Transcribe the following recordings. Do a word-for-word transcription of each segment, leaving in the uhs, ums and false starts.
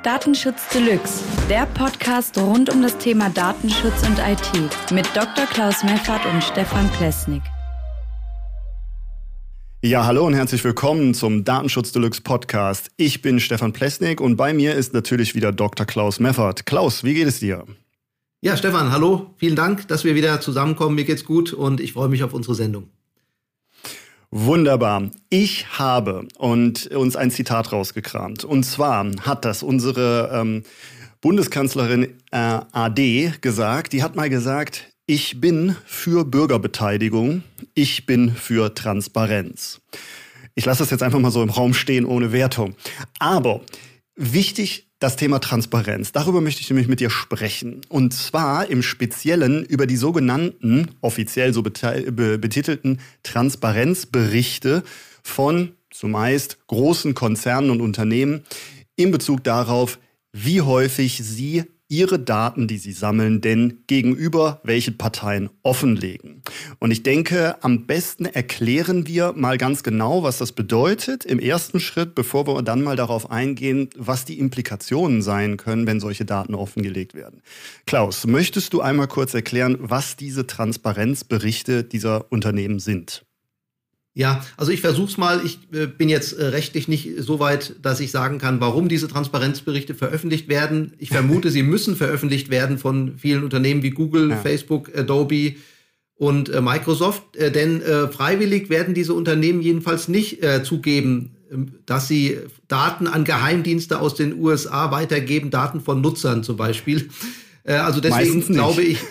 Datenschutz Deluxe, der Podcast rund um das Thema Datenschutz und I T mit Doktor Klaus Meffert und Stefan Plesnik. Ja, hallo und herzlich willkommen zum Datenschutz Deluxe Podcast. Ich bin Stefan Plesnik und bei mir ist natürlich wieder Doktor Klaus Meffert. Klaus, wie geht es dir? Ja, Stefan, hallo. Vielen Dank, dass wir wieder zusammenkommen. Mir geht's gut und ich freue mich auf unsere Sendung. Wunderbar. Ich habe und uns ein Zitat rausgekramt. Und zwar hat das unsere ähm, Bundeskanzlerin äh, A D gesagt. Die hat mal gesagt, ich bin für Bürgerbeteiligung, ich bin für Transparenz. Ich lasse das jetzt einfach mal so im Raum stehen ohne Wertung. Aber wichtig, das Thema Transparenz. Darüber möchte ich nämlich mit dir sprechen. Und zwar im Speziellen über die sogenannten, offiziell so betitelten Transparenzberichte von zumeist großen Konzernen und Unternehmen in Bezug darauf, wie häufig sie ihre Daten, die sie sammeln, denn gegenüber welchen Parteien offenlegen. Und ich denke, am besten erklären wir mal ganz genau, was das bedeutet im ersten Schritt, bevor wir dann mal darauf eingehen, was die Implikationen sein können, wenn solche Daten offengelegt werden. Klaus, möchtest du einmal kurz erklären, was diese Transparenzberichte dieser Unternehmen sind? Ja, also ich versuch's mal. Ich äh, bin jetzt äh, rechtlich nicht so weit, dass ich sagen kann, warum diese Transparenzberichte veröffentlicht werden. Ich vermute, sie müssen veröffentlicht werden von vielen Unternehmen wie Google, ja. Facebook, Adobe und äh, Microsoft. Äh, denn äh, freiwillig werden diese Unternehmen jedenfalls nicht äh, zugeben, äh, dass sie Daten an Geheimdienste aus den U S A weitergeben, Daten von Nutzern zum Beispiel. Äh, also deswegen glaube ich...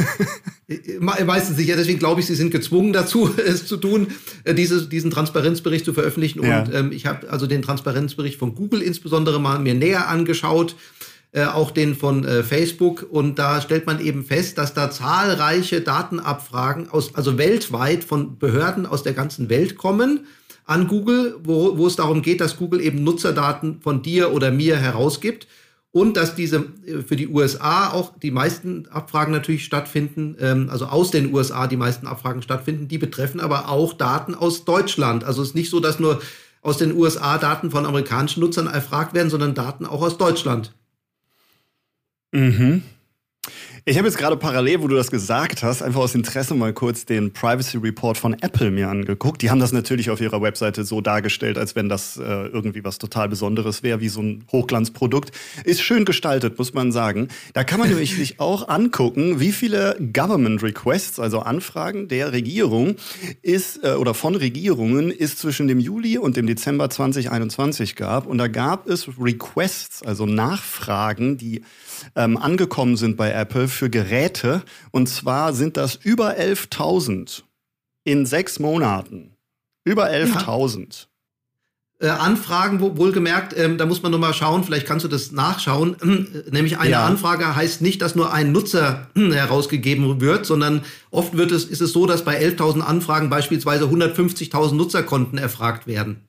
Meistens nicht, ja, deswegen glaube ich, sie sind gezwungen dazu, es zu tun, diese, diesen Transparenzbericht zu veröffentlichen. Ja. Und ähm, ich habe also den Transparenzbericht von Google insbesondere mal mir näher angeschaut, äh, auch den von äh, Facebook. Und da stellt man eben fest, dass da zahlreiche Datenabfragen aus, also weltweit von Behörden aus der ganzen Welt kommen an Google, wo, wo es darum geht, dass Google eben Nutzerdaten von dir oder mir herausgibt. Und dass diese für die U S A auch die meisten Abfragen natürlich stattfinden, ähm, also aus den U S A die meisten Abfragen stattfinden, die betreffen aber auch Daten aus Deutschland. Also es ist nicht so, dass nur aus den U S A Daten von amerikanischen Nutzern erfragt werden, sondern Daten auch aus Deutschland. Mhm. Ich habe jetzt gerade parallel, wo du das gesagt hast, einfach aus Interesse mal kurz den Privacy Report von Apple mir angeguckt. Die haben das natürlich auf ihrer Webseite so dargestellt, als wenn das äh, irgendwie was total Besonderes wäre, wie so ein Hochglanzprodukt. Ist schön gestaltet, muss man sagen. Da kann man nämlich sich auch angucken, wie viele Government Requests, also Anfragen der Regierung, ist äh, oder von Regierungen ist zwischen dem Juli und dem Dezember zwanzig einundzwanzig gab. Und da gab es Requests, also Nachfragen, die ähm, angekommen sind bei Apple für Geräte. Und zwar sind das über elftausend in sechs Monaten. Über elftausend. Ja. Äh, Anfragen, wo, wohlgemerkt, ähm, da muss man noch mal schauen, vielleicht kannst du das nachschauen. Äh, nämlich eine ja. Anfrage heißt nicht, dass nur ein Nutzer äh, herausgegeben wird, sondern oft wird es, ist es so, dass bei elftausend Anfragen beispielsweise hundertfünfzigtausend Nutzerkonten erfragt werden.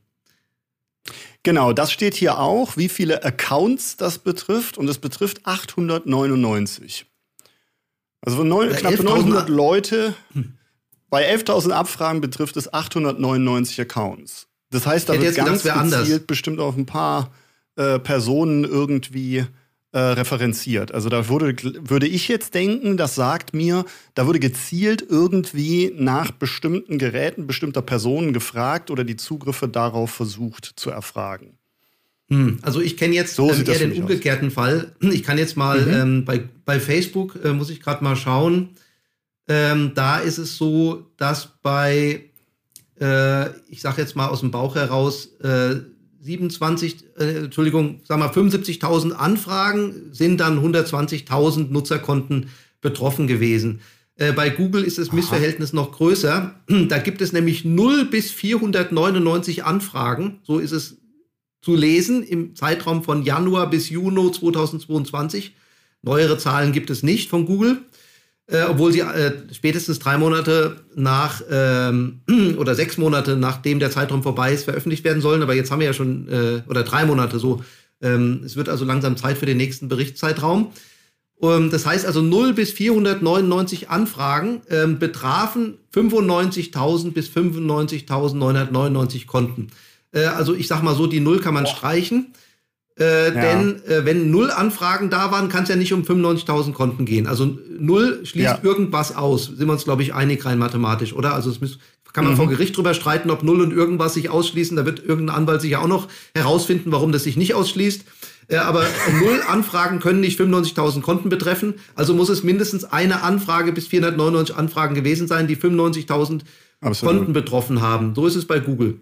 Genau, das steht hier auch, wie viele Accounts das betrifft. Und es betrifft achthundertneunundneunzig. Also neun, knapp neunhundert Leute. Hm. Bei elftausend Abfragen betrifft es achthundertneunundneunzig Accounts. Das heißt, da wird ganz gezielt anders. bestimmt auf ein paar äh, Personen irgendwie äh, referenziert. Also da wurde, würde ich jetzt denken, das sagt mir, da wurde gezielt irgendwie nach bestimmten Geräten bestimmter Personen gefragt oder die Zugriffe darauf versucht zu erfragen. Hm. Also ich kenne jetzt so ähm, eher den umgekehrten aus. Fall. Ich kann jetzt mal mhm. ähm, bei, bei Facebook, äh, muss ich gerade mal schauen, ähm, da ist es so, dass bei, äh, ich sage jetzt mal aus dem Bauch heraus, äh, siebenundzwanzig, äh, Entschuldigung, sagen wir fünfundsiebzigtausend Anfragen, sind dann hundertzwanzigtausend Nutzerkonten betroffen gewesen. Äh, bei Google ist das Missverhältnis Aha. noch größer. Da gibt es nämlich null bis vierhundertneunundneunzig Anfragen, so ist es zu lesen, im Zeitraum von Januar bis Juni zweitausendzweiundzwanzig. Neuere Zahlen gibt es nicht von Google. Äh, obwohl sie äh, spätestens drei Monate nach ähm, oder sechs Monate nachdem der Zeitraum vorbei ist, veröffentlicht werden sollen. Aber jetzt haben wir ja schon, äh, oder drei Monate so. Ähm, es wird also langsam Zeit für den nächsten Berichtszeitraum. Ähm, das heißt also null bis vierhundertneunundneunzig Anfragen ähm, betrafen fünfundneunzigtausend bis fünfundneunzigtausendneunhundertneunundneunzig Konten. Äh, also ich sag mal so, die Null kann man Boah. streichen. Äh, ja. Denn äh, wenn null Anfragen da waren, kann es ja nicht um fünfundneunzigtausend Konten gehen. Also null schließt ja. irgendwas aus. Sind wir uns, glaube ich, einig rein mathematisch, oder? Also es muss, kann man mhm. vor Gericht drüber streiten, ob null und irgendwas sich ausschließen. Da wird irgendein Anwalt sicher auch noch herausfinden, warum das sich nicht ausschließt. Äh, aber null Anfragen können nicht fünfundneunzigtausend Konten betreffen. Also muss es mindestens eine Anfrage bis vierhundertneunundneunzig Anfragen gewesen sein, die fünfundneunzigtausend Konten betroffen haben. So ist es bei Google.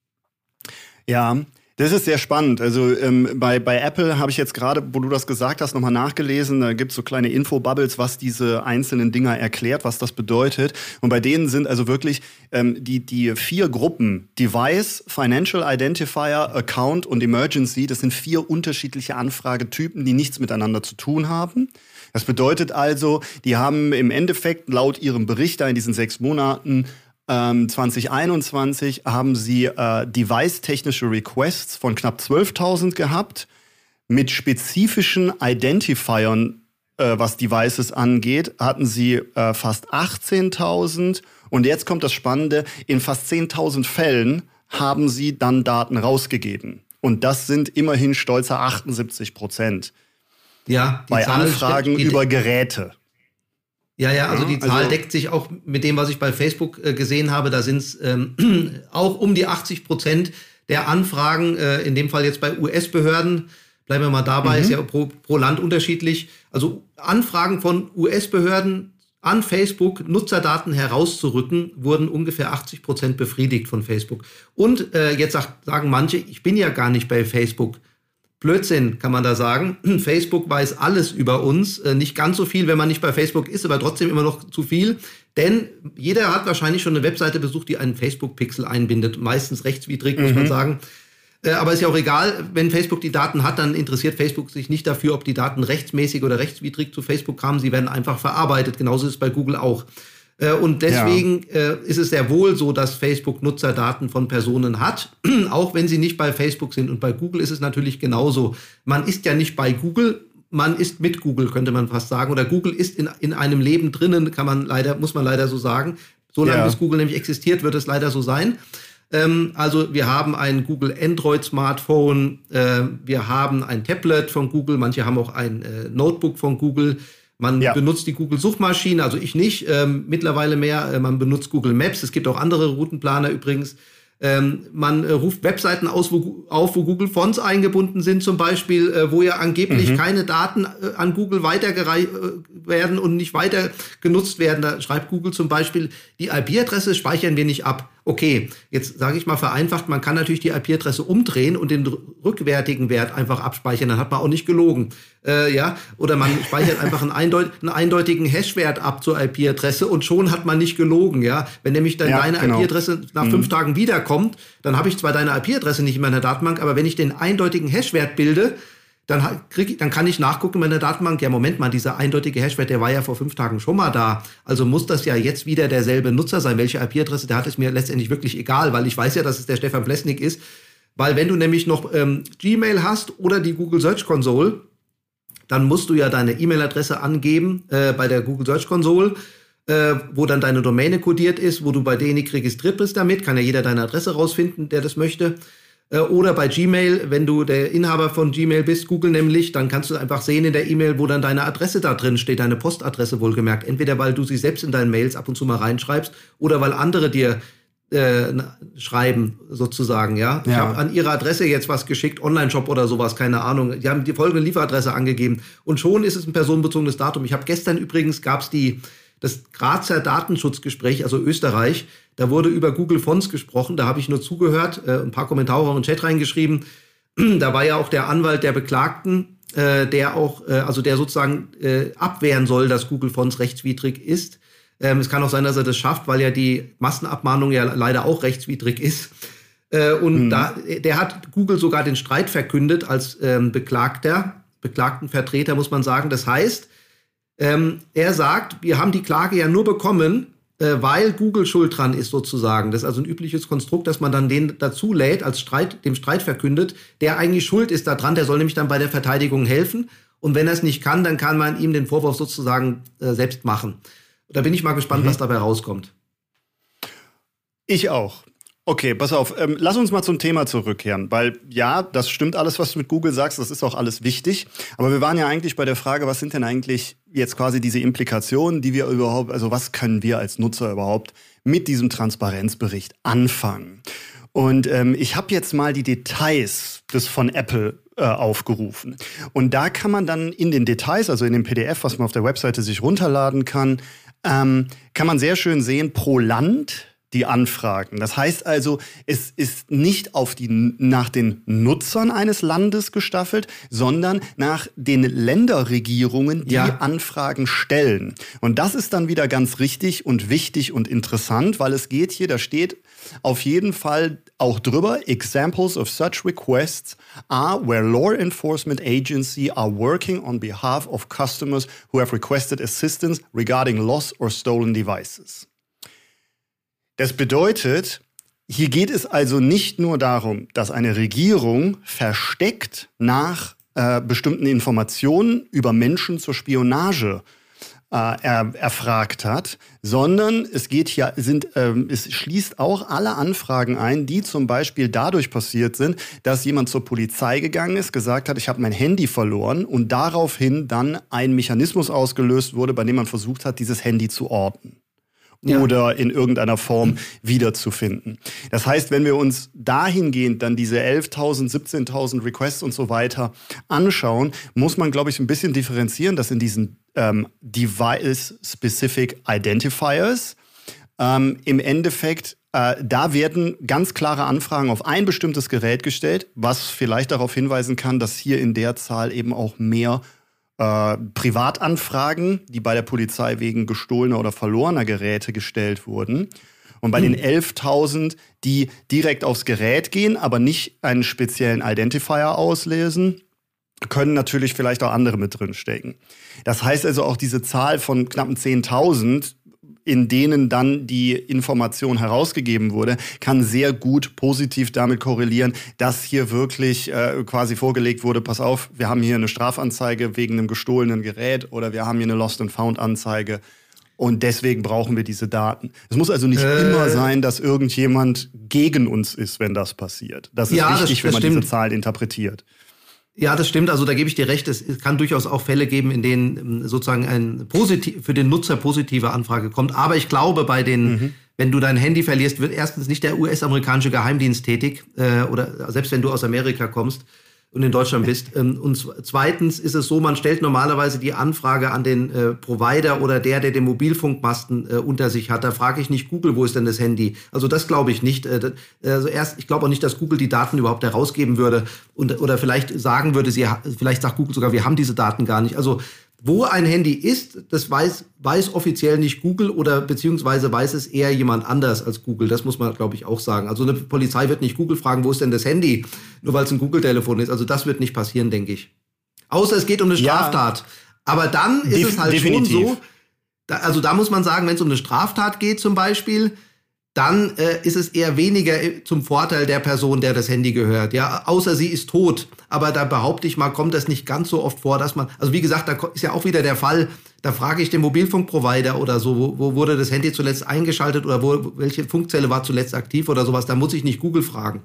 Ja, das ist sehr spannend. Also ähm, bei, bei Apple habe ich jetzt gerade, wo du das gesagt hast, nochmal nachgelesen. Da gibt es so kleine Infobubbles, was diese einzelnen Dinger erklärt, was das bedeutet. Und bei denen sind also wirklich ähm, die, die vier Gruppen, Device, Financial Identifier, Account und Emergency, das sind vier unterschiedliche Anfragetypen, die nichts miteinander zu tun haben. Das bedeutet also, die haben im Endeffekt laut ihrem Bericht da in diesen sechs Monaten Ähm, zwanzig einundzwanzig haben sie äh, device-technische Requests von knapp zwölftausend gehabt, mit spezifischen Identifiern, äh, was Devices angeht, hatten sie äh, fast achtzehntausend. Und jetzt kommt das Spannende, in fast zehntausend Fällen haben sie dann Daten rausgegeben. Und das sind immerhin stolze achtundsiebzig Prozent. Ja, bei Zahl Anfragen steht, über Geräte. Ja, ja, also die Zahl also, deckt sich auch mit dem, was ich bei Facebook äh, gesehen habe. Da sind es ähm, auch um die achtzig Prozent der Anfragen, äh, in dem Fall jetzt bei U S-Behörden. Bleiben wir mal dabei, mhm. ist ja pro, pro Land unterschiedlich. Also Anfragen von U S-Behörden an Facebook, Nutzerdaten herauszurücken, wurden ungefähr achtzig Prozent befriedigt von Facebook. Und äh, jetzt sagt, sagen manche, ich bin ja gar nicht bei Facebook. Blödsinn, kann man da sagen. Facebook weiß alles über uns. Äh, nicht ganz so viel, wenn man nicht bei Facebook ist, aber trotzdem immer noch zu viel. Denn jeder hat wahrscheinlich schon eine Webseite besucht, die einen Facebook-Pixel einbindet. Meistens rechtswidrig, mhm. muss man sagen. Äh, aber ist ja auch egal, wenn Facebook die Daten hat, dann interessiert Facebook sich nicht dafür, ob die Daten rechtsmäßig oder rechtswidrig zu Facebook kamen. Sie werden einfach verarbeitet. Genauso ist es bei Google auch. Und deswegen ja. äh, ist es sehr wohl so, dass Facebook Nutzerdaten von Personen hat, auch wenn sie nicht bei Facebook sind. Und bei Google ist es natürlich genauso. Man ist ja nicht bei Google, man ist mit Google, könnte man fast sagen. Oder Google ist in, in einem Leben drinnen, kann man leider, muss man leider so sagen. Solange ja. bis Google nämlich existiert, wird es leider so sein. Ähm, also wir haben ein Google Android Smartphone, äh, wir haben ein Tablet von Google, manche haben auch ein äh, Notebook von Google. Man ja. benutzt die Google-Suchmaschine, also ich nicht, ähm, mittlerweile mehr. Äh, man benutzt Google Maps, es gibt auch andere Routenplaner übrigens. Ähm, man äh, ruft Webseiten aus, wo, auf, wo Google Fonts eingebunden sind zum Beispiel, äh, wo ja angeblich mhm. keine Daten äh, an Google weitergereicht äh, werden und nicht weiter genutzt werden. Da schreibt Google zum Beispiel, die I P-Adresse speichern wir nicht ab. Okay, jetzt sage ich mal vereinfacht, man kann natürlich die I P-Adresse umdrehen und den rückwärtigen Wert einfach abspeichern, dann hat man auch nicht gelogen. Äh, ja, oder man speichert einfach einen, eindeut einen eindeutigen Hashwert ab zur I P-Adresse und schon hat man nicht gelogen. Ja, wenn nämlich dann ja, deine genau. I P-Adresse nach mhm. fünf Tagen wiederkommt, dann habe ich zwar deine I P-Adresse nicht in meiner Datenbank, aber wenn ich den eindeutigen Hashwert bilde, dann, krieg, dann kann ich nachgucken in meiner Datenbank, ja Moment mal, dieser eindeutige Hashwert, der war ja vor fünf Tagen schon mal da. Also muss das ja jetzt wieder derselbe Nutzer sein. Welche I P-Adresse der hat, ist mir letztendlich wirklich egal, weil ich weiß ja, dass es der Stefan Plesnik ist. Weil wenn du nämlich noch ähm, Gmail hast oder die Google Search Console, dann musst du ja deine E-Mail-Adresse angeben äh, bei der Google Search Console, äh, wo dann deine Domäne kodiert ist, wo du bei D N I C registriert bist damit. Kann ja jeder deine Adresse rausfinden, der das möchte. Oder bei Gmail, wenn du der Inhaber von Gmail bist, Google nämlich, dann kannst du einfach sehen in der E-Mail, wo dann deine Adresse da drin steht, deine Postadresse wohlgemerkt. Entweder weil du sie selbst in deinen Mails ab und zu mal reinschreibst oder weil andere dir äh, schreiben, sozusagen. Ja, ja. Ich habe an ihre Adresse jetzt was geschickt, Online-Shop oder sowas, keine Ahnung. Die haben die folgende Lieferadresse angegeben und schon ist es ein personenbezogenes Datum. Ich habe gestern übrigens, gab es die das Grazer Datenschutzgespräch, also Österreich, da wurde über Google Fonts gesprochen, da habe ich nur zugehört, äh, ein paar Kommentare in den Chat reingeschrieben. Da war ja auch der Anwalt der Beklagten, äh, der auch, äh, also der sozusagen äh, abwehren soll, dass Google Fonts rechtswidrig ist. Ähm, es kann auch sein, dass er das schafft, weil ja die Massenabmahnung ja leider auch rechtswidrig ist. Äh, und mhm. da, der hat Google sogar den Streit verkündet als ähm, Beklagter, Beklagtenvertreter, muss man sagen. Das heißt, Ähm, er sagt, wir haben die Klage ja nur bekommen, äh, weil Google schuld dran ist sozusagen. Das ist also ein übliches Konstrukt, dass man dann den dazu lädt, als Streit, dem Streit verkündet, der eigentlich schuld ist daran, der soll nämlich dann bei der Verteidigung helfen. Und wenn er es nicht kann, dann kann man ihm den Vorwurf sozusagen äh, selbst machen. Da bin ich mal gespannt, mhm. was dabei rauskommt. Ich auch. Okay, pass auf, ähm, lass uns mal zum Thema zurückkehren, weil ja, das stimmt alles, was du mit Google sagst, das ist auch alles wichtig, aber wir waren ja eigentlich bei der Frage, was sind denn eigentlich jetzt quasi diese Implikationen, die wir überhaupt, also was können wir als Nutzer überhaupt mit diesem Transparenzbericht anfangen? Und ähm, ich habe jetzt mal die Details des von Apple äh, aufgerufen und da kann man dann in den Details, also in dem P D F, was man auf der Webseite sich runterladen kann, ähm, kann man sehr schön sehen, pro Land die Anfragen. Das heißt also, es ist nicht auf die, nach den Nutzern eines Landes gestaffelt, sondern nach den Länderregierungen, die ja. Anfragen stellen. Und das ist dann wieder ganz richtig und wichtig und interessant, weil es geht hier, da steht auf jeden Fall auch drüber, examples of such requests are where law enforcement agency are working on behalf of customers who have requested assistance regarding lost or stolen devices. Das bedeutet, hier geht es also nicht nur darum, dass eine Regierung versteckt nach äh, bestimmten Informationen über Menschen zur Spionage äh, er, erfragt hat, sondern es geht hier, sind, ähm, es schließt auch alle Anfragen ein, die zum Beispiel dadurch passiert sind, dass jemand zur Polizei gegangen ist, gesagt hat, ich habe mein Handy verloren und daraufhin dann ein Mechanismus ausgelöst wurde, bei dem man versucht hat, dieses Handy zu orten. Ja. Oder in irgendeiner Form wiederzufinden. Das heißt, wenn wir uns dahingehend dann diese elftausend, siebzehntausend Requests und so weiter anschauen, muss man, glaube ich, ein bisschen differenzieren, dass in diesen ähm, Device-Specific Identifiers ähm, im Endeffekt äh, da werden ganz klare Anfragen auf ein bestimmtes Gerät gestellt, was vielleicht darauf hinweisen kann, dass hier in der Zahl eben auch mehr Äh, Privatanfragen, die bei der Polizei wegen gestohlener oder verlorener Geräte gestellt wurden. Und bei hm. den elftausend, die direkt aufs Gerät gehen, aber nicht einen speziellen Identifier auslesen, können natürlich vielleicht auch andere mit drin stecken. Das heißt also auch diese Zahl von knappen zehntausend, in denen dann die Information herausgegeben wurde, kann sehr gut positiv damit korrelieren, dass hier wirklich äh, quasi vorgelegt wurde, pass auf, wir haben hier eine Strafanzeige wegen einem gestohlenen Gerät oder wir haben hier eine Lost-and-Found-Anzeige und deswegen brauchen wir diese Daten. Es muss also nicht äh. immer sein, dass irgendjemand gegen uns ist, wenn das passiert. Das ist ja, wichtig, das, das wenn man stimmt. diese Zahlen interpretiert. Ja, das stimmt. Also da gebe ich dir recht. Es kann durchaus auch Fälle geben, in denen sozusagen ein positiv, für den Nutzer positive Anfrage kommt. Aber ich glaube, bei den, mhm. wenn du dein Handy verlierst, wird erstens nicht der U S-amerikanische Geheimdienst tätig, äh, oder selbst wenn du aus Amerika kommst und in Deutschland bist. Ähm, und zweitens ist es so, man stellt normalerweise die Anfrage an den äh, Provider oder der, der den Mobilfunkmasten äh, unter sich hat. Da frage ich nicht Google, wo ist denn das Handy? Also das glaube ich nicht. Äh, also erst, ich glaube auch nicht, dass Google die Daten überhaupt herausgeben würde und oder vielleicht sagen würde, sie vielleicht sagt Google sogar, wir haben diese Daten gar nicht. Also wo ein Handy ist, das weiß, weiß offiziell nicht Google oder beziehungsweise weiß es eher jemand anders als Google. Das muss man, glaube ich, auch sagen. Also eine Polizei wird nicht Google fragen, wo ist denn das Handy? Nur weil es ein Google-Telefon ist. Also das wird nicht passieren, denke ich. Außer es geht um eine Straftat. Ja, aber dann ist def- es halt definitiv. schon so, da, also da muss man sagen, wenn es um eine Straftat geht zum Beispiel, dann äh, ist es eher weniger zum Vorteil der Person, der das Handy gehört. Ja, außer sie ist tot. Aber da behaupte ich mal, kommt das nicht ganz so oft vor, dass man, also wie gesagt, da ist ja auch wieder der Fall, da frage ich den Mobilfunkprovider oder so, wo, wo wurde das Handy zuletzt eingeschaltet oder wo, welche Funkzelle war zuletzt aktiv oder sowas, da muss ich nicht Google fragen.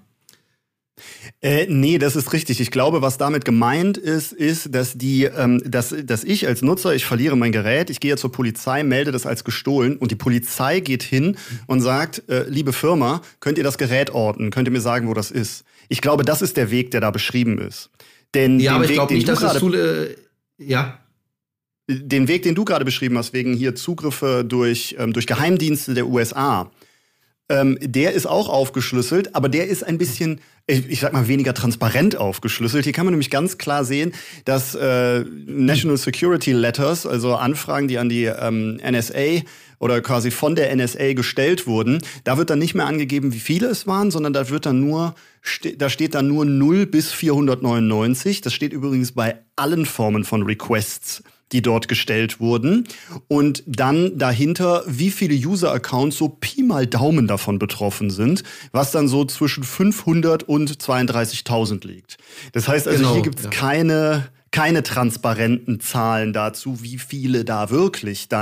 Äh, nee, das ist richtig. Ich glaube, was damit gemeint ist, ist, dass die, ähm, dass, dass ich als Nutzer, ich verliere mein Gerät, ich gehe zur Polizei, melde das als gestohlen und die Polizei geht hin und sagt, äh, liebe Firma, könnt ihr das Gerät orten? Könnt ihr mir sagen, wo das ist? Ich glaube, das ist der Weg, der da beschrieben ist. Denn ja, aber ich Weg, glaube nicht, dass grade, es zu, äh, ja. Den Weg, den du gerade beschrieben hast, wegen hier Zugriffe durch, ähm, durch Geheimdienste der U S A, Ähm, der ist auch aufgeschlüsselt, aber der ist ein bisschen, ich, ich sag mal, weniger transparent aufgeschlüsselt. Hier kann man nämlich ganz klar sehen, dass äh, National Security Letters, also Anfragen, die an die ähm, N S A oder quasi von der N S A gestellt wurden, da wird dann nicht mehr angegeben, wie viele es waren, sondern da wird dann nur, ste- da steht dann nur null bis vierhundertneunundneunzig. Das steht übrigens bei allen Formen von Requests, die dort gestellt wurden. Und dann dahinter, wie viele User-Accounts so Pi mal Daumen davon betroffen sind, was dann so zwischen fünfhundert und zweiunddreißigtausend liegt. Das heißt also, genau, hier gibt's ja. keine, keine transparenten Zahlen dazu, wie viele da wirklich dann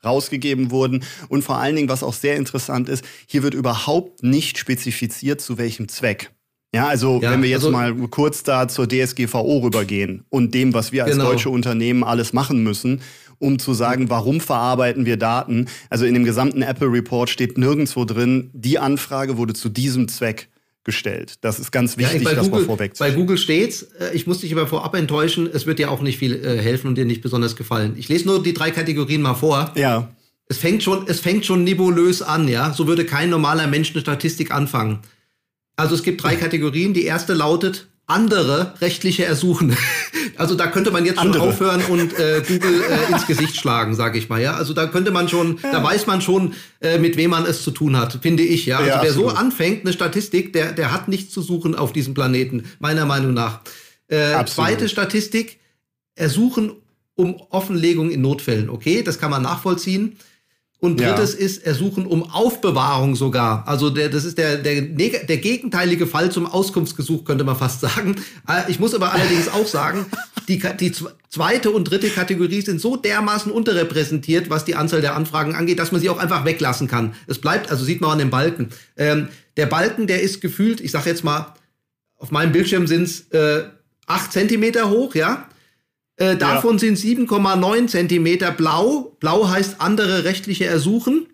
rausgegeben wurden. Und vor allen Dingen, was auch sehr interessant ist, hier wird überhaupt nicht spezifiziert, zu welchem Zweck. Ja, also ja, wenn wir jetzt also, mal kurz da zur D S G V O rübergehen und dem, was wir als genau. deutsche Unternehmen alles machen müssen, um zu sagen, warum verarbeiten wir Daten. Also in dem gesamten Apple Report steht nirgendwo drin, die Anfrage wurde zu diesem Zweck gestellt. Das ist ganz wichtig, ja, das mal vorwegzunehmen. Bei Google steht's, ich muss dich aber vorab enttäuschen, es wird dir auch nicht viel äh, helfen und dir nicht besonders gefallen. Ich lese nur die drei Kategorien mal vor. Ja. Es fängt schon, es fängt schon nebulös an, ja. So würde kein normaler Mensch eine Statistik anfangen. Also es gibt drei Kategorien. Die erste lautet andere rechtliche Ersuchen. Also da könnte man jetzt schon andere. aufhören und äh, Google äh, ins Gesicht schlagen, sage ich mal. Ja, also da könnte man schon, ja. da weiß man schon, äh, mit wem man es zu tun hat, finde ich. Ja, also ja, wer absolut. so anfängt, eine Statistik, der der hat nichts zu suchen auf diesem Planeten, meiner Meinung nach. Äh, zweite Statistik: Ersuchen um Offenlegung in Notfällen. Okay, das kann man nachvollziehen. Und drittes ja. ist Ersuchen um Aufbewahrung sogar. Also der, das ist der, der, der gegenteilige Fall zum Auskunftsgesuch, könnte man fast sagen. Ich muss aber allerdings auch sagen, die, die zweite und dritte Kategorie sind so dermaßen unterrepräsentiert, was die Anzahl der Anfragen angeht, dass man sie auch einfach weglassen kann. Es bleibt, also sieht man an dem Balken. Ähm, der Balken, der ist gefühlt, ich sage jetzt mal, auf meinem Bildschirm sind es äh, acht Zentimeter hoch, ja. Äh, davon ja. sind sieben Komma neun Zentimeter blau. Blau heißt andere rechtliche Ersuchen.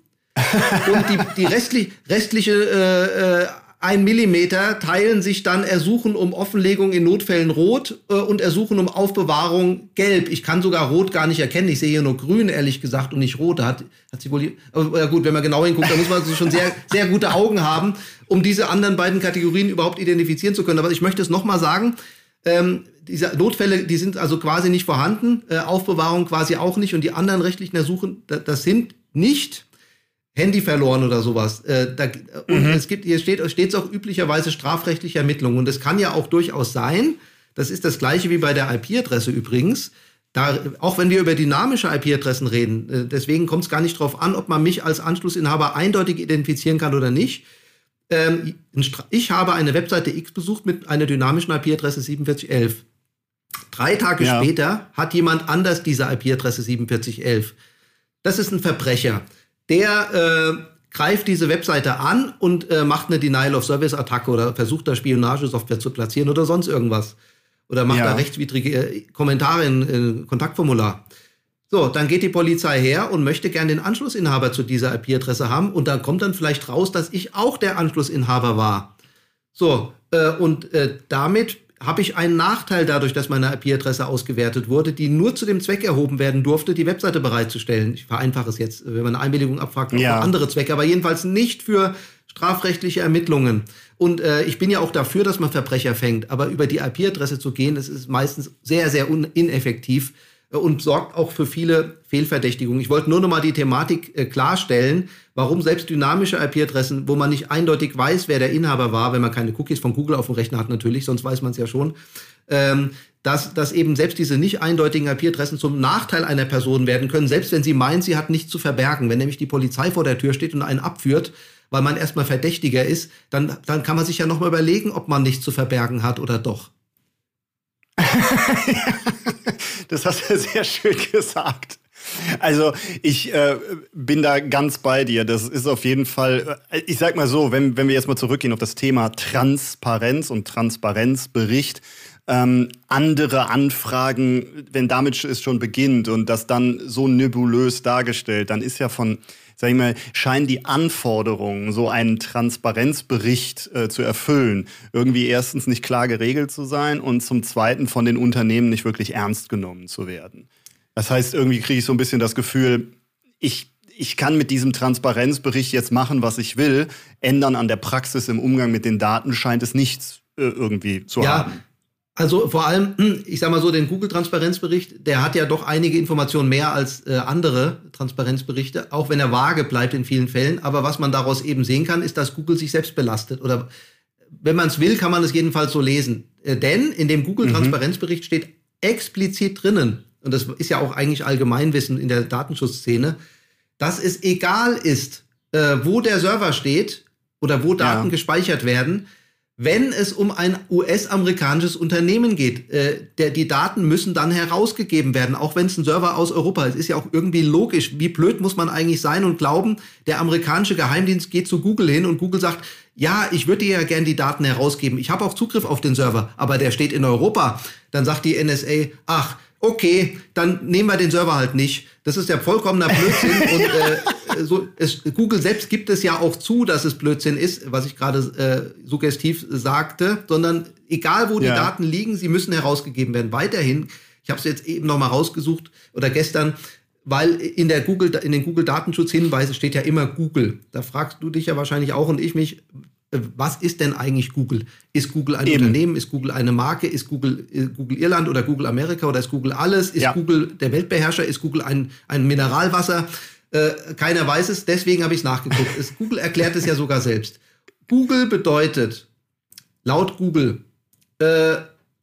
Und die, die restlich, restliche äh, äh, ein Millimeter teilen sich dann Ersuchen um Offenlegung in Notfällen rot äh, und Ersuchen um Aufbewahrung gelb. Ich kann sogar rot gar nicht erkennen. Ich sehe hier nur grün, ehrlich gesagt, und nicht rot. Da hat, hat sie wohl, aber ja gut, wenn man genau hinguckt, dann muss man schon sehr, sehr gute Augen haben, um diese anderen beiden Kategorien überhaupt identifizieren zu können. Aber ich möchte es nochmal sagen, ähm, diese Notfälle, die sind also quasi nicht vorhanden, äh, Aufbewahrung quasi auch nicht, und die anderen rechtlichen Ersuchen, das, das sind nicht Handy verloren oder sowas. Äh, da, und mhm. es gibt, hier steht stets auch üblicherweise strafrechtliche Ermittlungen, und es kann ja auch durchaus sein, das ist das Gleiche wie bei der I P-Adresse übrigens, da, auch wenn wir über dynamische I P-Adressen reden, äh, deswegen kommt es gar nicht drauf an, ob man mich als Anschlussinhaber eindeutig identifizieren kann oder nicht. Ähm, ich habe eine Webseite X besucht mit einer dynamischen I P-Adresse siebenundvierzig elf. Drei Tage ja. später hat jemand anders diese I P-Adresse siebenundvierzig elf. Das ist ein Verbrecher. Der äh, greift diese Webseite an und äh, macht eine Denial-of-Service-Attacke oder versucht da Spionagesoftware zu platzieren oder sonst irgendwas. Oder macht ja. da rechtswidrige äh, Kommentare in, in Kontaktformular. So, dann geht die Polizei her und möchte gern den Anschlussinhaber zu dieser I P-Adresse haben, und dann kommt dann vielleicht raus, dass ich auch der Anschlussinhaber war. So, äh, und äh, damit habe ich einen Nachteil dadurch, dass meine I P-Adresse ausgewertet wurde, die nur zu dem Zweck erhoben werden durfte, die Webseite bereitzustellen. Ich vereinfache es jetzt, wenn man eine Einwilligung abfragt, auch ja. für andere Zwecke, aber jedenfalls nicht für strafrechtliche Ermittlungen. Und äh, ich bin ja auch dafür, dass man Verbrecher fängt, aber über die I P-Adresse zu gehen, das ist meistens sehr, sehr un- ineffektiv äh, und sorgt auch für viele Fehlverdächtigungen. Ich wollte nur noch mal die Thematik äh, klarstellen, warum selbst dynamische I P-Adressen, wo man nicht eindeutig weiß, wer der Inhaber war, wenn man keine Cookies von Google auf dem Rechner hat natürlich, sonst weiß man es ja schon, ähm, dass, dass eben selbst diese nicht eindeutigen I P-Adressen zum Nachteil einer Person werden können, selbst wenn sie meint, sie hat nichts zu verbergen. Wenn nämlich die Polizei vor der Tür steht und einen abführt, weil man erstmal Verdächtiger ist, dann, dann kann man sich ja noch mal überlegen, ob man nichts zu verbergen hat oder doch. Das hast du sehr schön gesagt. Also ich äh, bin da ganz bei dir. Das ist auf jeden Fall, äh, ich sag mal so, wenn, wenn wir jetzt mal zurückgehen auf das Thema Transparenz und Transparenzbericht, ähm, andere Anfragen, wenn damit es schon beginnt und das dann so nebulös dargestellt, dann ist ja von, sag ich mal, scheinen die Anforderungen, so einen Transparenzbericht äh, zu erfüllen, irgendwie erstens nicht klar geregelt zu sein und zum Zweiten von den Unternehmen nicht wirklich ernst genommen zu werden. Das heißt, irgendwie kriege ich so ein bisschen das Gefühl, ich, ich kann mit diesem Transparenzbericht jetzt machen, was ich will. Ändern an der Praxis im Umgang mit den Daten scheint es nichts äh, irgendwie zu ja, haben. Also vor allem, ich sag mal so, den Google-Transparenzbericht, der hat ja doch einige Informationen mehr als äh, andere Transparenzberichte, auch wenn er vage bleibt in vielen Fällen. Aber was man daraus eben sehen kann, ist, dass Google sich selbst belastet. Oder wenn man es will, kann man es jedenfalls so lesen. Äh, denn in dem Google-Transparenzbericht mhm. steht explizit drinnen, und das ist ja auch eigentlich Allgemeinwissen in der Datenschutzszene, dass es egal ist, äh, wo der Server steht oder wo Daten ja. gespeichert werden, wenn es um ein U S-amerikanisches Unternehmen geht. Äh, der, die Daten müssen dann herausgegeben werden, auch wenn es ein Server aus Europa ist. Ist ja auch irgendwie logisch. Wie blöd muss man eigentlich sein und glauben, der amerikanische Geheimdienst geht zu Google hin und Google sagt, ja, ich würde dir ja gern die Daten herausgeben. Ich habe auch Zugriff auf den Server, aber der steht in Europa. Dann sagt die N S A, ach, okay, dann nehmen wir den Server halt nicht. Das ist ja vollkommener Blödsinn. und äh, so, es, Google selbst gibt es ja auch zu, dass es Blödsinn ist, was ich gerade äh, suggestiv sagte, sondern egal wo die ja. Daten liegen, sie müssen herausgegeben werden. Weiterhin, ich habe es jetzt eben noch mal rausgesucht oder gestern, weil in der Google, in den Google-Datenschutzhinweisen steht ja immer Google. Da fragst du dich ja wahrscheinlich auch und ich mich, was ist denn eigentlich Google? Ist Google ein Eben. Unternehmen? Ist Google eine Marke? Ist Google, Google Irland oder Google Amerika oder ist Google alles? Ist ja. Google der Weltbeherrscher? Ist Google ein, ein Mineralwasser? Äh, keiner weiß es, deswegen habe ich es nachgeguckt. Es, Google erklärt es ja sogar selbst. Google bedeutet, laut Google, äh,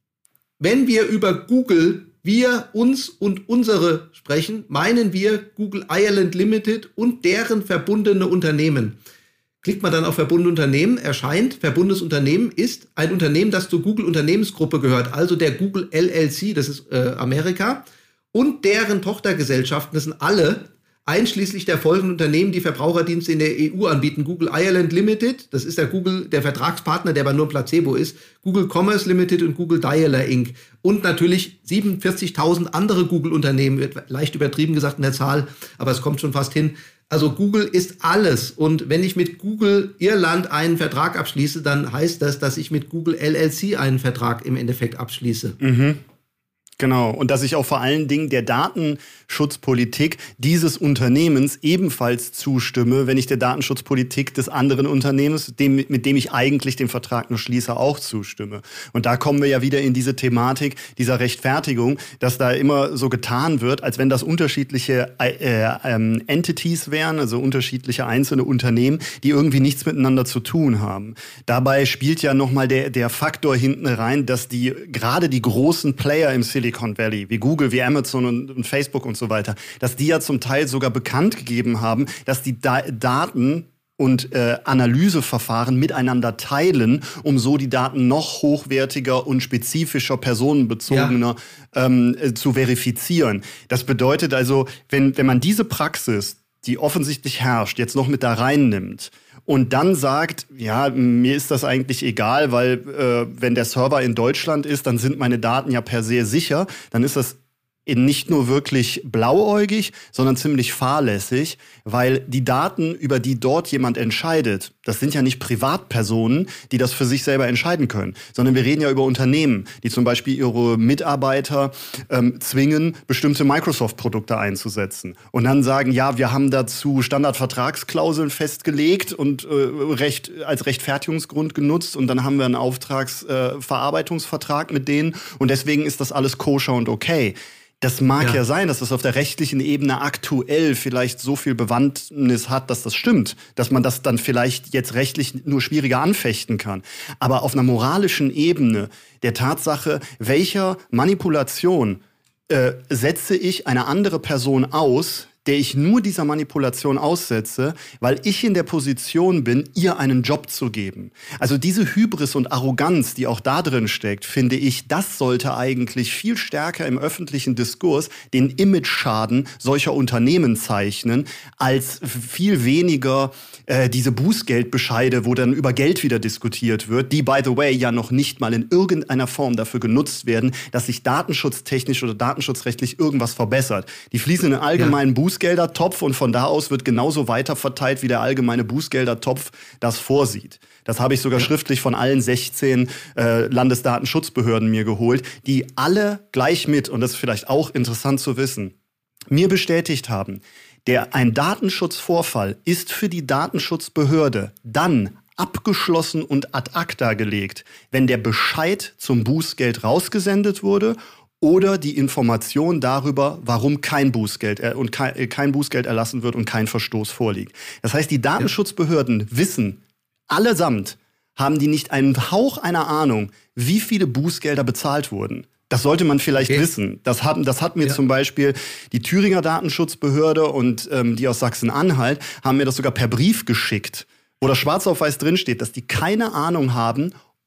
wenn wir über Google, wir, uns und unsere sprechen, meinen wir Google Ireland Limited und deren verbundene Unternehmen. Klickt man dann auf verbundene Unternehmen, erscheint, verbundenes Unternehmen ist ein Unternehmen, das zur Google-Unternehmensgruppe gehört, also der Google L L C, das ist äh, Amerika, und deren Tochtergesellschaften, das sind alle, einschließlich der folgenden Unternehmen, die Verbraucherdienste in der E U anbieten. Google Ireland Limited, das ist der Google, der Vertragspartner, der aber nur ein Placebo ist, Google Commerce Limited und Google Dialer Incorporated. Und natürlich siebenundvierzigtausend andere Google-Unternehmen, wird leicht übertrieben gesagt in der Zahl, aber es kommt schon fast hin. Also Google ist alles. Und wenn ich mit Google Irland einen Vertrag abschließe, dann heißt das, dass ich mit Google L L C einen Vertrag im Endeffekt abschließe. Mhm. Genau, und dass ich auch vor allen Dingen der Datenschutzpolitik dieses Unternehmens ebenfalls zustimme, wenn ich der Datenschutzpolitik des anderen Unternehmens, dem, mit dem ich eigentlich den Vertrag nur schließe, auch zustimme. Und da kommen wir ja wieder in diese Thematik dieser Rechtfertigung, dass da immer so getan wird, als wenn das unterschiedliche äh, äh, Entities wären, also unterschiedliche einzelne Unternehmen, die irgendwie nichts miteinander zu tun haben. Dabei spielt ja nochmal der, der Faktor hinten rein, dass die gerade die großen Player im Silicon Valley, wie Google, wie Amazon und, und Facebook und so weiter, dass die ja zum Teil sogar bekannt gegeben haben, dass die da- Daten und äh, Analyseverfahren miteinander teilen, um so die Daten noch hochwertiger und spezifischer, personenbezogener ja. ähm, äh, zu verifizieren. Das bedeutet also, wenn, wenn man diese Praxis, die offensichtlich herrscht, jetzt noch mit da reinnimmt, und dann sagt, ja, mir ist das eigentlich egal, weil äh, wenn der Server in Deutschland ist, dann sind meine Daten ja per se sicher. Dann ist das nicht nur wirklich blauäugig, sondern ziemlich fahrlässig, weil die Daten, über die dort jemand entscheidet, das sind ja nicht Privatpersonen, die das für sich selber entscheiden können, sondern wir reden ja über Unternehmen, die zum Beispiel ihre Mitarbeiter ähm, zwingen, bestimmte Microsoft-Produkte einzusetzen und dann sagen, ja, wir haben dazu Standardvertragsklauseln festgelegt und äh, recht, als Rechtfertigungsgrund genutzt und dann haben wir einen Auftragsverarbeitungsvertrag äh, mit denen und deswegen ist das alles koscher und okay. Das mag ja. ja sein, dass das auf der rechtlichen Ebene aktuell vielleicht so viel Bewandtnis hat, dass das stimmt, dass man das dann vielleicht jetzt rechtlich nur schwieriger anfechten kann. Aber auf einer moralischen Ebene der Tatsache, welcher Manipulation äh, setze ich eine andere Person aus, der ich nur dieser Manipulation aussetze, weil ich in der Position bin, ihr einen Job zu geben. Also diese Hybris und Arroganz, die auch da drin steckt, finde ich, das sollte eigentlich viel stärker im öffentlichen Diskurs den Image-Schaden solcher Unternehmen zeichnen, als viel weniger äh, diese Bußgeldbescheide, wo dann über Geld wieder diskutiert wird, die, by the way, ja noch nicht mal in irgendeiner Form dafür genutzt werden, dass sich datenschutztechnisch oder datenschutzrechtlich irgendwas verbessert. Die fließen in den allgemeinen ja. Bußgeldertopf und von da aus wird genauso weiterverteilt, wie der allgemeine Bußgeldertopf das vorsieht. Das habe ich sogar ja. schriftlich von allen sechzehn äh, Landesdatenschutzbehörden mir geholt, die alle gleich mit, und das ist vielleicht auch interessant zu wissen, mir bestätigt haben, der ein Datenschutzvorfall ist für die Datenschutzbehörde dann abgeschlossen und ad acta gelegt, wenn der Bescheid zum Bußgeld rausgesendet wurde oder die Information darüber, warum kein Bußgeld äh, und kein, äh, kein Bußgeld erlassen wird und kein Verstoß vorliegt. Das heißt, die Datenschutzbehörden wissen allesamt, haben die nicht einen Hauch einer Ahnung, wie viele Bußgelder bezahlt wurden. Das sollte man vielleicht okay. wissen. Das hat, das hat mir ja. zum Beispiel die Thüringer Datenschutzbehörde und ähm, die aus Sachsen-Anhalt haben mir das sogar per Brief geschickt, wo das schwarz auf weiß drinsteht, dass die keine Ahnung haben,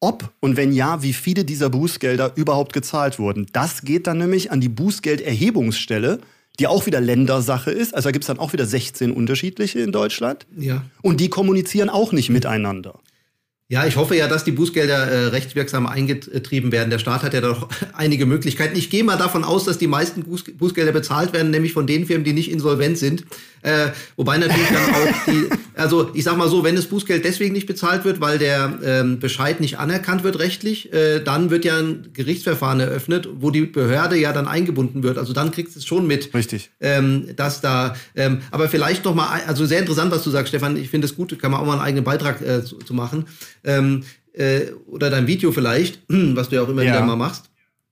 ob und wenn ja, wie viele dieser Bußgelder überhaupt gezahlt wurden. Das geht dann nämlich an die Bußgelderhebungsstelle, die auch wieder Ländersache ist. Also da gibt es dann auch wieder sechzehn unterschiedliche in Deutschland. Ja. Und die kommunizieren auch nicht miteinander. Ja, ich hoffe ja, dass die Bußgelder äh, rechtswirksam eingetrieben werden. Der Staat hat ja doch einige Möglichkeiten. Ich gehe mal davon aus, dass die meisten Buß- Bußgelder bezahlt werden, nämlich von den Firmen, die nicht insolvent sind. Äh, wobei natürlich dann auch die, also ich sag mal so, wenn das Bußgeld deswegen nicht bezahlt wird, weil der ähm, Bescheid nicht anerkannt wird rechtlich, äh, dann wird ja ein Gerichtsverfahren eröffnet, wo die Behörde ja dann eingebunden wird. Also dann kriegst du es schon mit. Richtig. Ähm, dass da, ähm, aber vielleicht noch mal, also sehr interessant, was du sagst, Stefan. Ich finde es gut, kann man auch mal einen eigenen Beitrag äh, zu, zu machen. Ähm, äh, oder dein Video vielleicht, was du ja auch immer ja. wieder mal machst.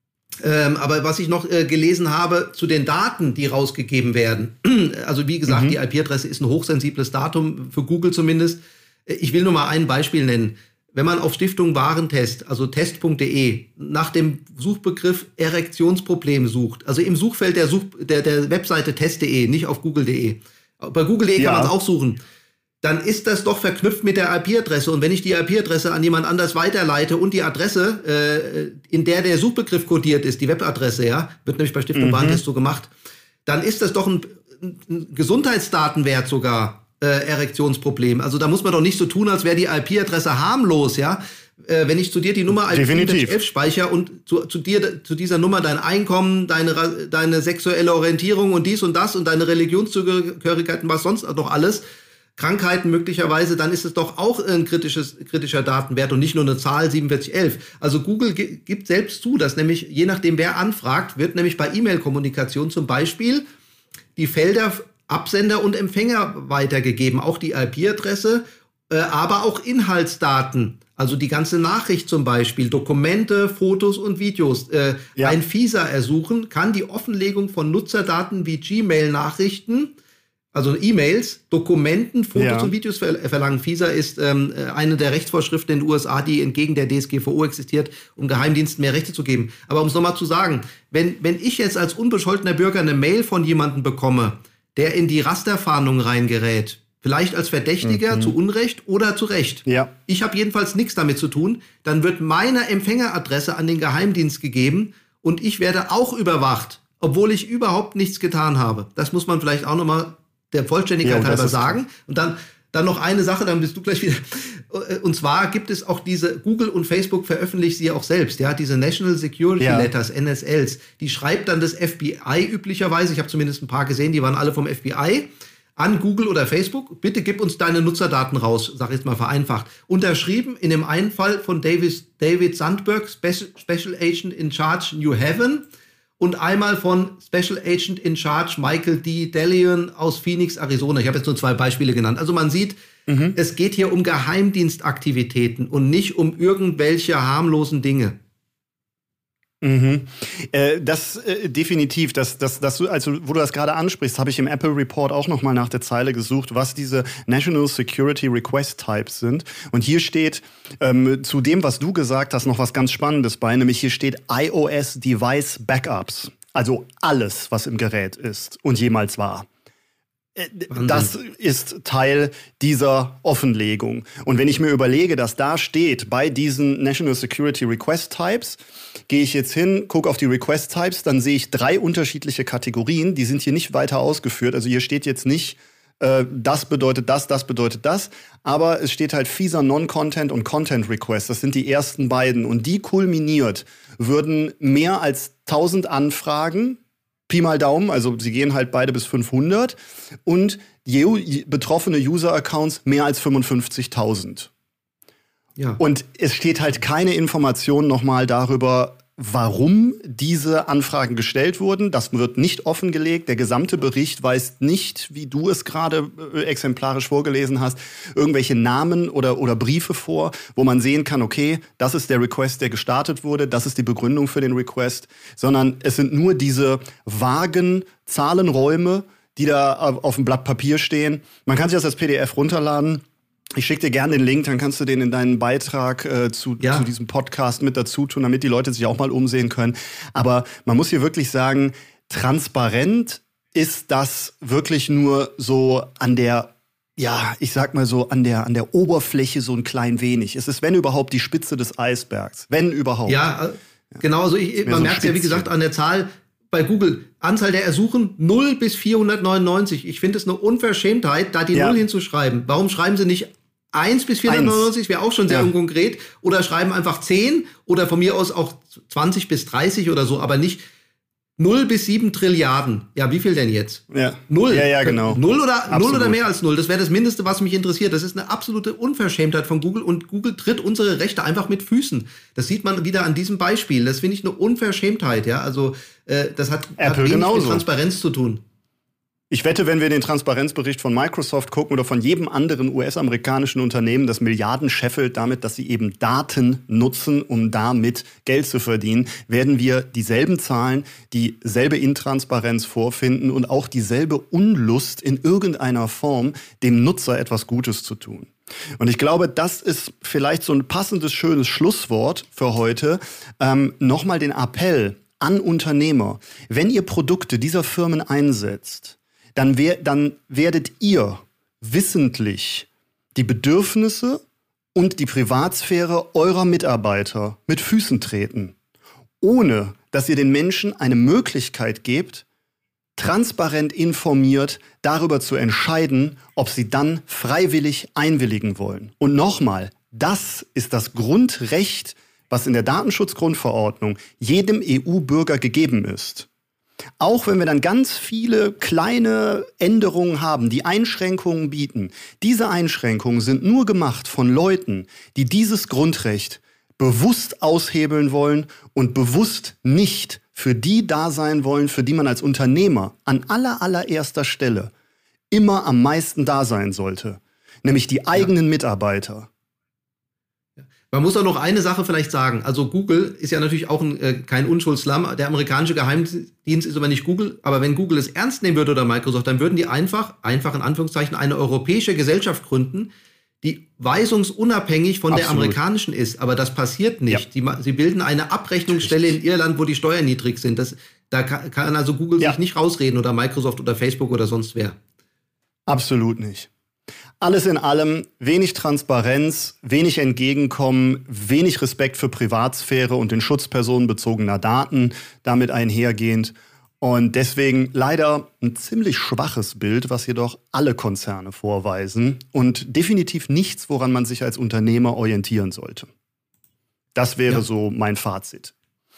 Ähm, aber was ich noch äh, gelesen habe zu den Daten, die rausgegeben werden. Also wie gesagt, mhm. die I P-Adresse ist ein hochsensibles Datum, für Google zumindest. Ich will nur mal ein Beispiel nennen. Wenn man auf Stiftung Warentest, also test punkt de, nach dem Suchbegriff Erektionsproblem sucht, also im Suchfeld der, Such, der, der Webseite test punkt de, nicht auf google punkt de. Bei google punkt de ja. kann man es auch suchen. Dann ist das doch verknüpft mit der I P-Adresse. Und wenn ich die I P-Adresse an jemand anders weiterleite und die Adresse, äh, in der der Suchbegriff kodiert ist, die Webadresse, ja, wird nämlich bei Stiftung mhm. Warentest so gemacht, dann ist das doch ein, ein Gesundheitsdatenwert sogar, äh, Erektionsproblem. Also da muss man doch nicht so tun, als wäre die I P-Adresse harmlos, ja. Äh, wenn ich zu dir die Nummer I P elf speichere und zu, zu dir, zu dieser Nummer dein Einkommen, deine, deine sexuelle Orientierung und dies und das und deine Religionszugehörigkeit und was sonst noch alles, Krankheiten möglicherweise, dann ist es doch auch ein kritisches, kritischer Datenwert und nicht nur eine Zahl sieben vier eins eins. Also Google g- gibt selbst zu, dass nämlich, je nachdem wer anfragt, wird nämlich bei E-Mail-Kommunikation zum Beispiel die Felder Absender und Empfänger weitergegeben, auch die I P-Adresse, äh, aber auch Inhaltsdaten. Also die ganze Nachricht zum Beispiel, Dokumente, Fotos und Videos. Äh, ja. Ein FISA-Ersuchen kann die Offenlegung von Nutzerdaten wie Gmail-Nachrichten, also E-Mails, Dokumenten, Fotos ja. und Videos ver- verlangen. FISA ist ähm, eine der Rechtsvorschriften in den U S A, die entgegen der D S G V O existiert, um Geheimdiensten mehr Rechte zu geben. Aber um es nochmal zu sagen, wenn, wenn ich jetzt als unbescholtener Bürger eine Mail von jemandem bekomme, der in die Rasterfahndung reingerät, vielleicht als Verdächtiger mhm. zu Unrecht oder zu Recht. Ja. Ich habe jedenfalls nichts damit zu tun. Dann wird meine Empfängeradresse an den Geheimdienst gegeben und ich werde auch überwacht, obwohl ich überhaupt nichts getan habe. Das muss man vielleicht auch nochmal der Vollständigkeit ja, halber sagen. Und dann, dann noch eine Sache, dann bist du gleich wieder. Und zwar gibt es auch diese, Google und Facebook veröffentlichen sie auch selbst, ja, diese National Security ja. Letters, N S Ls. Die schreibt dann das F B I üblicherweise, ich habe zumindest ein paar gesehen, die waren alle vom F B I, an Google oder Facebook. Bitte gib uns deine Nutzerdaten raus, sag ich jetzt mal vereinfacht. Unterschrieben in dem einen Fall von David, David Sandberg, Special, Special Agent in Charge New Haven. Und einmal von Special Agent in Charge Michael D. Delion aus Phoenix, Arizona. Ich habe jetzt nur zwei Beispiele genannt. Also man sieht, mhm. es geht hier um Geheimdienstaktivitäten und nicht um irgendwelche harmlosen Dinge. Mhm. Äh, das äh, definitiv, das, das, das, also wo du das gerade ansprichst, habe ich im Apple Report auch noch mal nach der Zeile gesucht, was diese National Security Request Types sind. Und hier steht ähm, zu dem, was du gesagt hast, noch was ganz Spannendes bei, nämlich hier steht iOS Device Backups, also alles, was im Gerät ist und jemals war. Wahnsinn. Das ist Teil dieser Offenlegung. Und wenn ich mir überlege, dass da steht, bei diesen National Security Request Types, gehe ich jetzt hin, gucke auf die Request Types, dann sehe ich drei unterschiedliche Kategorien, die sind hier nicht weiter ausgeführt. Also hier steht jetzt nicht, äh, das bedeutet das, das bedeutet das, aber es steht halt FISA Non-Content und Content Request. Das sind die ersten beiden. Und die kulminiert würden mehr als tausend Anfragen, Pi mal Daumen, also sie gehen halt beide bis fünfhundert und je, betroffene User-Accounts mehr als fünfundfünfzigtausend. Ja. Und es steht halt keine Information nochmal darüber, warum diese Anfragen gestellt wurden. Das wird nicht offengelegt. Der gesamte Bericht weist nicht, wie du es gerade äh, exemplarisch vorgelesen hast, irgendwelche Namen oder, oder Briefe vor, wo man sehen kann, okay, das ist der Request, der gestartet wurde, das ist die Begründung für den Request, sondern es sind nur diese vagen Zahlenräume, die da auf dem Blatt Papier stehen. Man kann sich das als P D F runterladen. Ich schicke dir gerne den Link, dann kannst du den in deinen Beitrag äh, zu, ja. zu diesem Podcast mit dazu tun, damit die Leute sich auch mal umsehen können. Aber man muss hier wirklich sagen, transparent ist das wirklich nur so an der ja, ich sag mal so, an der, an der Oberfläche so ein klein wenig. Es ist, wenn überhaupt, die Spitze des Eisbergs. Wenn überhaupt. Ja, ja. genau. Also ich, man so merkt ja, wie gesagt, an der Zahl bei Google. Anzahl der Ersuchen null bis vierhundertneunundneunzig. Ich finde es eine Unverschämtheit, da die ja. null hinzuschreiben. Warum schreiben sie nicht eins bis vierhundertneunundneunzig? Wäre auch schon sehr ja. unkonkret. Oder schreiben einfach zehn oder von mir aus auch zwanzig bis dreißig oder so, aber nicht null bis sieben Trilliarden. Ja, wie viel denn jetzt? Ja. Null. Ja, ja, genau. Null oder, null oder mehr als null. Das wäre das Mindeste, was mich interessiert. Das ist eine absolute Unverschämtheit von Google und Google tritt unsere Rechte einfach mit Füßen. Das sieht man wieder an diesem Beispiel. Das finde ich eine Unverschämtheit, ja. Also, äh, das hat, hat wenig genauso. mit Transparenz zu tun. Ich wette, wenn wir den Transparenzbericht von Microsoft gucken oder von jedem anderen U S-amerikanischen Unternehmen, das Milliarden scheffelt damit, dass sie eben Daten nutzen, um damit Geld zu verdienen, werden wir dieselben Zahlen, dieselbe Intransparenz vorfinden und auch dieselbe Unlust in irgendeiner Form, dem Nutzer etwas Gutes zu tun. Und ich glaube, das ist vielleicht so ein passendes, schönes Schlusswort für heute. Ähm, nochmal den Appell an Unternehmer. Wenn ihr Produkte dieser Firmen einsetzt, Dann, wer, dann werdet ihr wissentlich die Bedürfnisse und die Privatsphäre eurer Mitarbeiter mit Füßen treten, ohne dass ihr den Menschen eine Möglichkeit gebt, transparent informiert darüber zu entscheiden, ob sie dann freiwillig einwilligen wollen. Und nochmal, das ist das Grundrecht, was in der Datenschutzgrundverordnung jedem E U-Bürger gegeben ist. Auch wenn wir dann ganz viele kleine Änderungen haben, die Einschränkungen bieten, diese Einschränkungen sind nur gemacht von Leuten, die dieses Grundrecht bewusst aushebeln wollen und bewusst nicht für die da sein wollen, für die man als Unternehmer an aller, allererster Stelle immer am meisten da sein sollte, nämlich die eigenen ja. Mitarbeiter. Man muss auch noch eine Sache vielleicht sagen. Also Google ist ja natürlich auch ein, äh, kein Unschuldslamm. Der amerikanische Geheimdienst ist aber nicht Google. Aber wenn Google es ernst nehmen würde oder Microsoft, dann würden die einfach, einfach in Anführungszeichen, eine europäische Gesellschaft gründen, die weisungsunabhängig von Absolut. der amerikanischen ist. Aber das passiert nicht. Ja. Die, sie bilden eine Abrechnungsstelle in Irland, wo die Steuern niedrig sind. Das, da kann, kann also Google ja. sich nicht rausreden oder Microsoft oder Facebook oder sonst wer. Absolut nicht. Alles in allem wenig Transparenz, wenig Entgegenkommen, wenig Respekt für Privatsphäre und den Schutz personenbezogener Daten damit einhergehend. Und deswegen leider ein ziemlich schwaches Bild, was jedoch alle Konzerne vorweisen und definitiv nichts, woran man sich als Unternehmer orientieren sollte. Das wäre ja. so mein Fazit.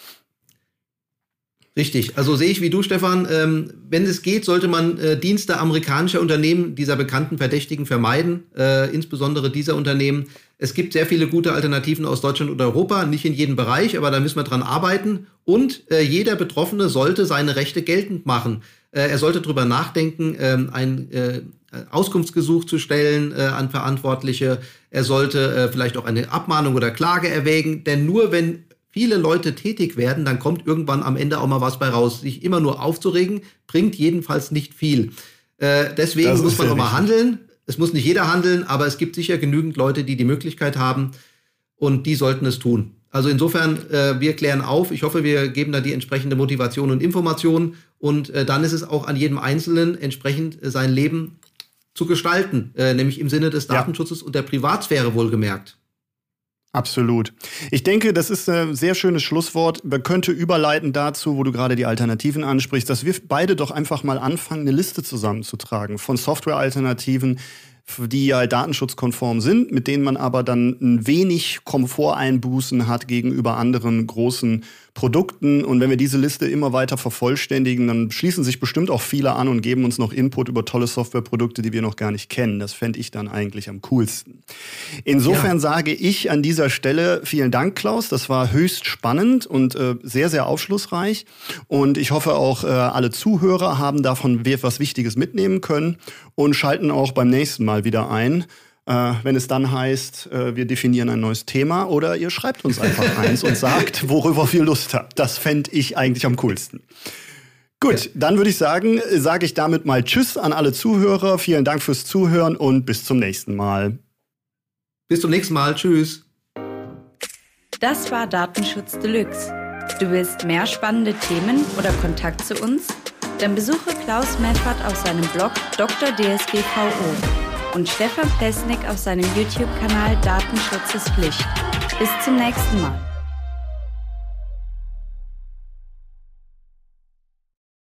Richtig, also sehe ich wie du, Stefan. Ähm, wenn es geht, sollte man äh, Dienste amerikanischer Unternehmen, dieser bekannten Verdächtigen, vermeiden, äh, insbesondere dieser Unternehmen. Es gibt sehr viele gute Alternativen aus Deutschland und Europa, nicht in jedem Bereich, aber da müssen wir dran arbeiten. Und äh, jeder Betroffene sollte seine Rechte geltend machen. Äh, er sollte drüber nachdenken, äh, ein äh, Auskunftsgesuch zu stellen äh, an Verantwortliche. Er sollte äh, vielleicht auch eine Abmahnung oder Klage erwägen, denn nur wenn viele Leute tätig werden, dann kommt irgendwann am Ende auch mal was bei raus. Sich immer nur aufzuregen, bringt jedenfalls nicht viel. Äh, deswegen muss man auch mal handeln. Es muss nicht jeder handeln, aber es gibt sicher genügend Leute, die die Möglichkeit haben und die sollten es tun. Also insofern, äh, wir klären auf. Ich hoffe, wir geben da die entsprechende Motivation und Information und äh, dann ist es auch an jedem Einzelnen entsprechend äh, sein Leben zu gestalten, äh, nämlich im Sinne des Datenschutzes ja. und der Privatsphäre wohlgemerkt. Absolut. Ich denke, das ist ein sehr schönes Schlusswort. Man könnte überleiten dazu, wo du gerade die Alternativen ansprichst, dass wir beide doch einfach mal anfangen, eine Liste zusammenzutragen von Softwarealternativen, die ja datenschutzkonform sind, mit denen man aber dann ein wenig Komforteinbußen hat gegenüber anderen großen Produkten. Und wenn wir diese Liste immer weiter vervollständigen, dann schließen sich bestimmt auch viele an und geben uns noch Input über tolle Softwareprodukte, die wir noch gar nicht kennen. Das fände ich dann eigentlich am coolsten. Insofern ja. sage ich an dieser Stelle vielen Dank, Klaus. Das war höchst spannend und äh, sehr, sehr aufschlussreich. Und ich hoffe auch, äh, alle Zuhörer haben davon etwas Wichtiges mitnehmen können und schalten auch beim nächsten Mal wieder ein. Äh, wenn es dann heißt, äh, wir definieren ein neues Thema oder ihr schreibt uns einfach eins und sagt, worüber ihr Lust habt. Das fände ich eigentlich am coolsten. Gut, ja. dann würde ich sagen, sage ich damit mal Tschüss an alle Zuhörer. Vielen Dank fürs Zuhören und bis zum nächsten Mal. Bis zum nächsten Mal. Tschüss. Das war Datenschutz Deluxe. Du willst mehr spannende Themen oder Kontakt zu uns? Dann besuche Klaus Meffert auf seinem Blog Doktor D S G V O. und Stefan Plesnik auf seinem YouTube-Kanal Datenschutz ist Pflicht. Bis zum nächsten Mal.